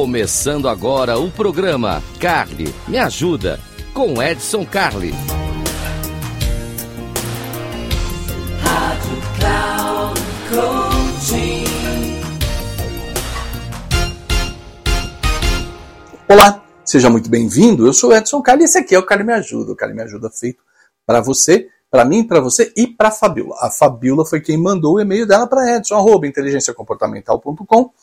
Começando agora o programa Carly Me Ajuda, com Edson Carli. Rádio Cloud Coaching. Olá, seja muito bem-vindo. Eu sou o Edson Carli e esse aqui é o Carly Me Ajuda. O Carly Me Ajuda feito para você, para mim, para você e para a Fabiola. A Fabiola foi quem mandou o e-mail dela para edson@inteligenciacomportamental.com,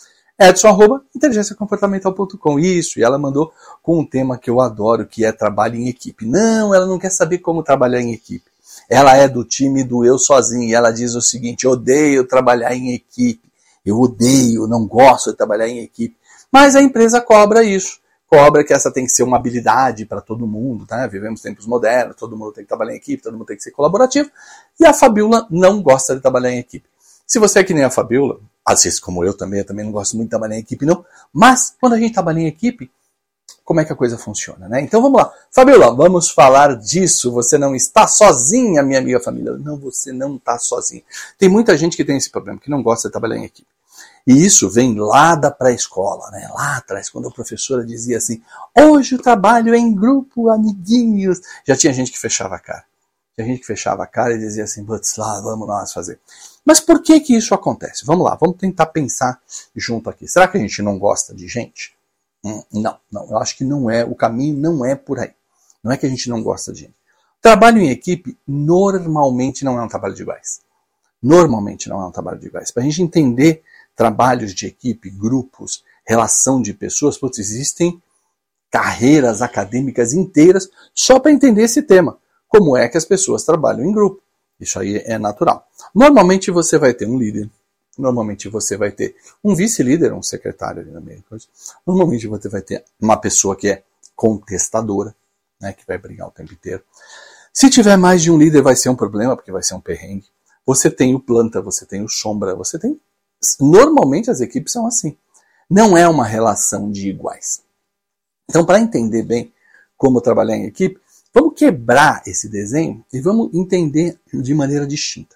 edson@inteligenciacomportamental.com. Isso, e ela mandou com um tema que eu adoro, que é trabalho em equipe. Não, ela não quer saber como trabalhar em equipe. Ela é do time do eu sozinho e ela diz o seguinte: eu odeio trabalhar em equipe. Eu odeio, não gosto de trabalhar em equipe. Mas a empresa cobra isso. Cobra que essa tem que ser uma habilidade para todo mundo, tá? Vivemos tempos modernos, todo mundo tem que trabalhar em equipe, todo mundo tem que ser colaborativo. E a Fabiola não gosta de trabalhar em equipe. Se você é que nem a Fabiola, às vezes como eu também não gosto muito de trabalhar em equipe, não. Mas quando a gente trabalha em equipe, como é que a coisa funciona, né? Então vamos lá. Fabiola, vamos falar disso. Você não está sozinha, minha amiga família. Não, você não está sozinha. Tem muita gente que tem esse problema, que não gosta de trabalhar em equipe. E isso vem lá da pré-escola, né? Lá atrás, quando a professora dizia assim: hoje o trabalho é em grupo, amiguinhos. Já tinha gente que fechava a cara. Tinha gente que fechava a cara e dizia assim: putz, lá, vamos nós fazer. Mas por que que isso acontece? Vamos lá, vamos tentar pensar junto aqui. Será que a gente não gosta de gente? Não. Eu acho que não é, o caminho não é por aí. Não é que a gente não gosta de gente. Trabalho em equipe normalmente não é um trabalho de iguais. Normalmente não é um trabalho de iguais. Para a gente entender trabalhos de equipe, grupos, relação de pessoas, putz, existem carreiras acadêmicas inteiras só para entender esse tema. Como é que as pessoas trabalham em grupo? Isso aí é natural. Normalmente você vai ter um líder. Normalmente você vai ter um vice-líder, um secretário ali na meia coisa. Normalmente você vai ter uma pessoa que é contestadora, né, que vai brigar o tempo inteiro. Se tiver mais de um líder vai ser um problema, porque vai ser um perrengue. Você tem o planta, você tem o sombra, você tem... Normalmente as equipes são assim. Não é uma relação de iguais. Então, para entender bem como trabalhar em equipe, vamos quebrar esse desenho e vamos entender de maneira distinta.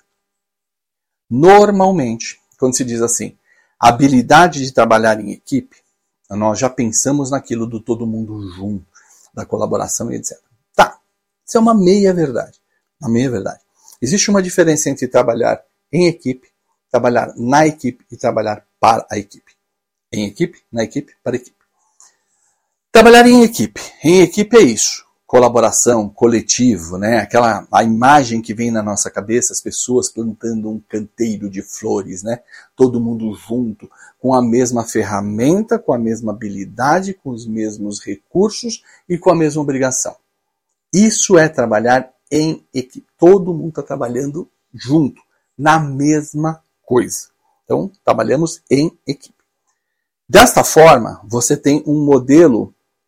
Normalmente, quando se diz assim, habilidade de trabalhar em equipe, nós já pensamos naquilo do todo mundo junto, da colaboração e etc. Tá, isso é uma meia-verdade. Uma meia-verdade. Existe uma diferença entre trabalhar em equipe, trabalhar na equipe e trabalhar para a equipe. Em equipe, na equipe, para a equipe. Trabalhar em equipe. Em equipe é isso. Colaboração, coletivo, né? A imagem que vem na nossa cabeça, as pessoas plantando um canteiro de flores, né? Todo mundo junto, com a mesma ferramenta, com a mesma habilidade, com os mesmos recursos e com a mesma obrigação. Isso é trabalhar em equipe. Todo mundo está trabalhando junto, na mesma coisa. Então, trabalhamos em equipe. Desta forma, você tem um modelo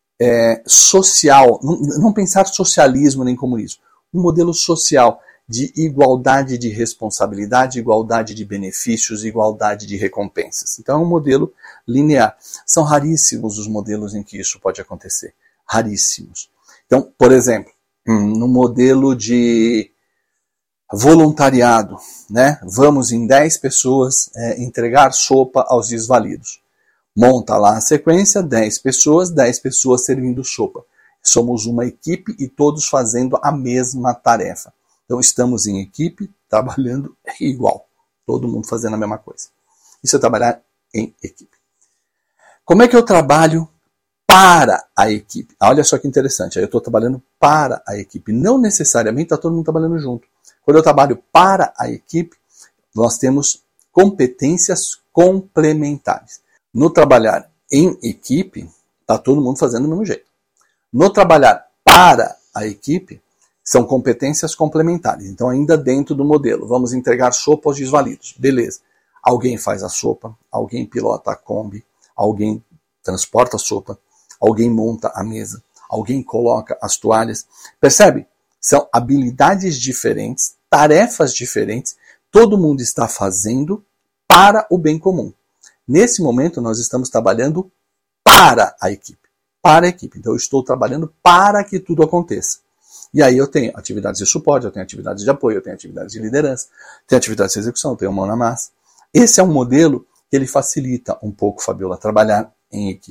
social, não pensar socialismo nem comunismo, um modelo social de igualdade de responsabilidade, igualdade de benefícios, igualdade de recompensas. Então é um modelo linear. São raríssimos os modelos em que isso pode acontecer. Raríssimos. Então, por exemplo, no modelo de voluntariado, né? Vamos em 10 pessoas entregar sopa aos desvalidos. Monta lá a sequência, 10 pessoas servindo sopa. Somos uma equipe e todos fazendo a mesma tarefa. Então estamos em equipe, trabalhando igual. Todo mundo fazendo a mesma coisa. Isso é trabalhar em equipe. Como é que eu trabalho para a equipe? Olha só que interessante, aí eu estou trabalhando para a equipe. Não necessariamente está todo mundo trabalhando junto. Quando eu trabalho para a equipe, nós temos competências complementares. No trabalhar em equipe, está todo mundo fazendo do mesmo jeito. No trabalhar para a equipe, são competências complementares. Então, ainda dentro do modelo, vamos entregar sopa aos desvalidos. Beleza. Alguém faz a sopa, alguém pilota a Kombi, alguém transporta a sopa, alguém monta a mesa, alguém coloca as toalhas. Percebe? São habilidades diferentes, tarefas diferentes, todo mundo está fazendo para o bem comum. Nesse momento, nós estamos trabalhando para a equipe. Para a equipe. Então, eu estou trabalhando para que tudo aconteça. E aí eu tenho atividades de suporte, eu tenho atividades de apoio, eu tenho atividades de liderança, tenho atividades de execução, eu tenho mão na massa. Esse é um modelo que ele facilita um pouco, Fabiola, trabalhar em equipe.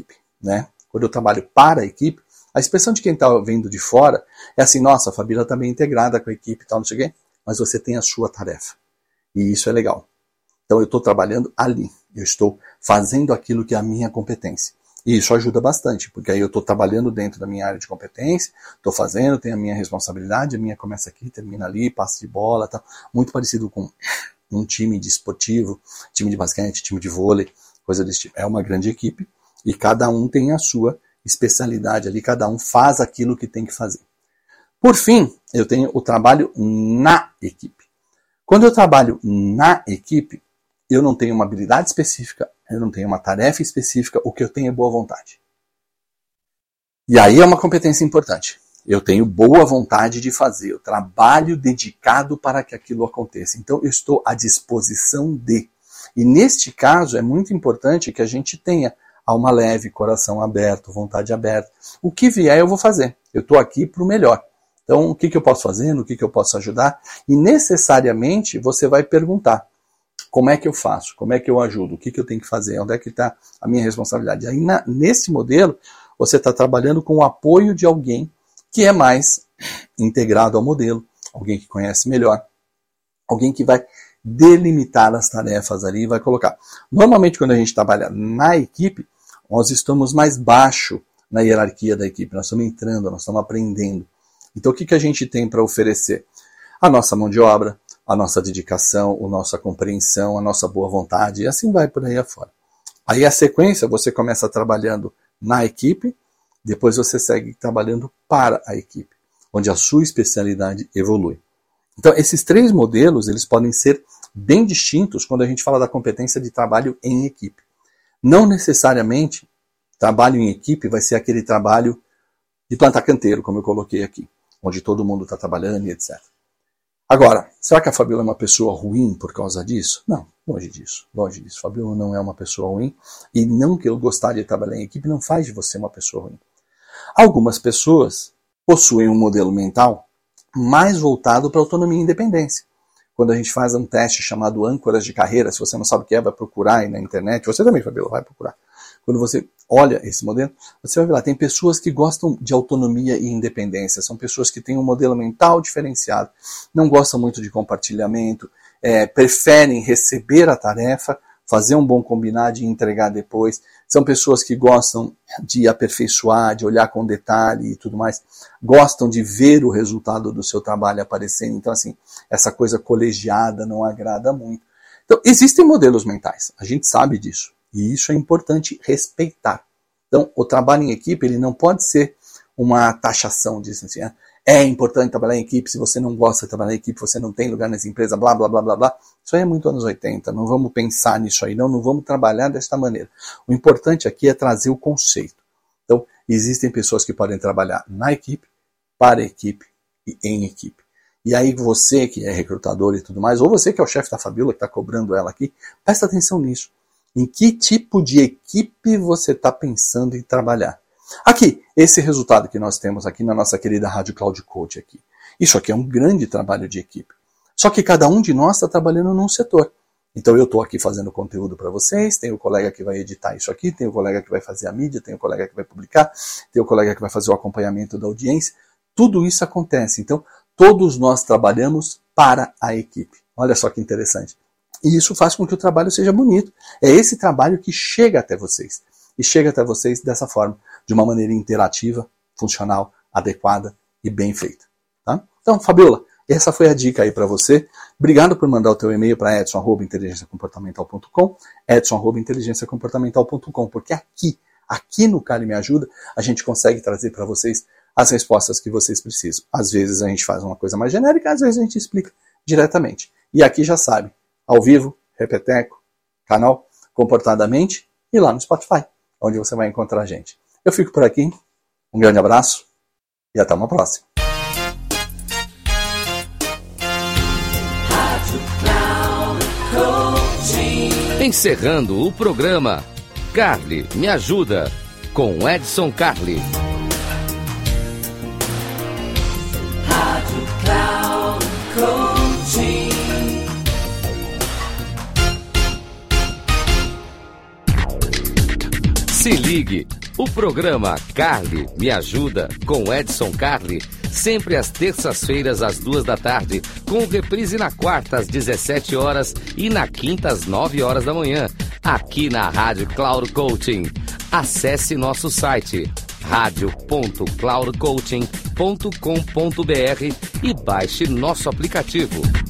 né? Quando eu trabalho para a equipe, a expressão de quem está vendo de fora é assim, nossa, a Fabíola está bem integrada com a equipe e tal, não sei o quê, mas você tem a sua tarefa. E isso é legal. Então eu estou trabalhando ali, eu estou fazendo aquilo que é a minha competência. E isso ajuda bastante, porque aí eu estou trabalhando dentro da minha área de competência, estou fazendo, tenho a minha responsabilidade, a minha começa aqui, termina ali, passe de bola, tal. Muito parecido com um time de esportivo, time de basquete, time de vôlei, coisa desse tipo. É uma grande equipe e cada um tem a sua especialidade ali, cada um faz aquilo que tem que fazer. Por fim, eu tenho o trabalho na equipe. Quando eu trabalho na equipe, eu não tenho uma habilidade específica, eu não tenho uma tarefa específica, o que eu tenho é boa vontade. E aí é uma competência importante. Eu tenho boa vontade de fazer, eu trabalho dedicado para que aquilo aconteça. Então eu estou à disposição de. E neste caso é muito importante que a gente tenha alma leve, coração aberto, vontade aberta. O que vier eu vou fazer. Eu estou aqui para o melhor. Então o que eu posso fazer, no que eu posso ajudar? E necessariamente você vai perguntar. Como é que eu faço? Como é que eu ajudo? O que eu tenho que fazer? Onde é que está a minha responsabilidade? Aí nesse modelo, você está trabalhando com o apoio de alguém que é mais integrado ao modelo, alguém que conhece melhor, alguém que vai delimitar as tarefas ali e vai colocar. Normalmente, quando a gente trabalha na equipe, nós estamos mais baixo na hierarquia da equipe, nós estamos entrando, nós estamos aprendendo. Então, o que a gente tem para oferecer? A nossa mão de obra, a nossa dedicação, a nossa compreensão, a nossa boa vontade, e assim vai por aí afora. Aí a sequência, você começa trabalhando na equipe, depois você segue trabalhando para a equipe, onde a sua especialidade evolui. Então, esses 3 modelos, eles podem ser bem distintos quando a gente fala da competência de trabalho em equipe. Não necessariamente, trabalho em equipe vai ser aquele trabalho de plantar canteiro, como eu coloquei aqui, onde todo mundo está trabalhando e etc. Agora, será que a Fabíola é uma pessoa ruim por causa disso? Não, longe disso, longe disso. Fabíola não é uma pessoa ruim e não que eu gostar de trabalhar em equipe não faz de você uma pessoa ruim. Algumas pessoas possuem um modelo mental mais voltado para autonomia e independência. Quando a gente faz um teste chamado âncoras de carreira, se você não sabe o que é, vai procurar aí na internet. Você também, Fabíola, vai procurar. Quando você olha esse modelo, você vai ver lá, tem pessoas que gostam de autonomia e independência, são pessoas que têm um modelo mental diferenciado, não gostam muito de compartilhamento, preferem receber a tarefa, fazer um bom combinado e entregar depois. São pessoas que gostam de aperfeiçoar, de olhar com detalhe e tudo mais, gostam de ver o resultado do seu trabalho aparecendo. Então, assim, essa coisa colegiada não agrada muito. Então, existem modelos mentais, a gente sabe disso. E isso é importante respeitar. Então, o trabalho em equipe ele não pode ser uma taxação disso. Assim, é importante trabalhar em equipe, se você não gosta de trabalhar em equipe, você não tem lugar nessa empresa, blá, blá, blá, blá, blá. Isso aí é muito anos 80, não vamos pensar nisso aí, não vamos trabalhar desta maneira. O importante aqui é trazer o conceito. Então, existem pessoas que podem trabalhar na equipe, para a equipe e em equipe. E aí você que é recrutador e tudo mais, ou você que é o chefe da Fabíola, que está cobrando ela aqui, presta atenção nisso. Em que tipo de equipe você está pensando em trabalhar? Aqui, esse resultado que nós temos aqui na nossa querida Rádio Cloud Coach aqui. Isso aqui é um grande trabalho de equipe. Só que cada um de nós está trabalhando num setor. Então eu estou aqui fazendo conteúdo para vocês, tem o colega que vai editar isso aqui, tem o colega que vai fazer a mídia, tem o colega que vai publicar, tem o colega que vai fazer o acompanhamento da audiência. Tudo isso acontece. Então, todos nós trabalhamos para a equipe. Olha só que interessante. E isso faz com que o trabalho seja bonito. É esse trabalho que chega até vocês. E chega até vocês dessa forma, de uma maneira interativa, funcional, adequada e bem feita. Tá? Então, Fabíola, essa foi a dica aí para você. Obrigado por mandar o teu e-mail para edson@inteligenciacomportamental.com, edson@inteligenciacomportamental.com, porque aqui no Cali Me Ajuda, a gente consegue trazer para vocês as respostas que vocês precisam. Às vezes a gente faz uma coisa mais genérica, às vezes a gente explica diretamente. E aqui já sabe, ao vivo, repeteco, canal Comportadamente e lá no Spotify, onde você vai encontrar a gente. Eu fico por aqui, um grande abraço e até uma próxima. Encerrando o programa Carly Me Ajuda com Edson Carli. Se ligue, O programa Carly Me Ajuda, com Edson Carli, sempre às terças-feiras às 14h, com reprise na quarta às 17 horas e na quinta às 9 horas da manhã, aqui na Rádio Cloud Coaching. Acesse nosso site radio.cloudcoaching.com.br e baixe nosso aplicativo.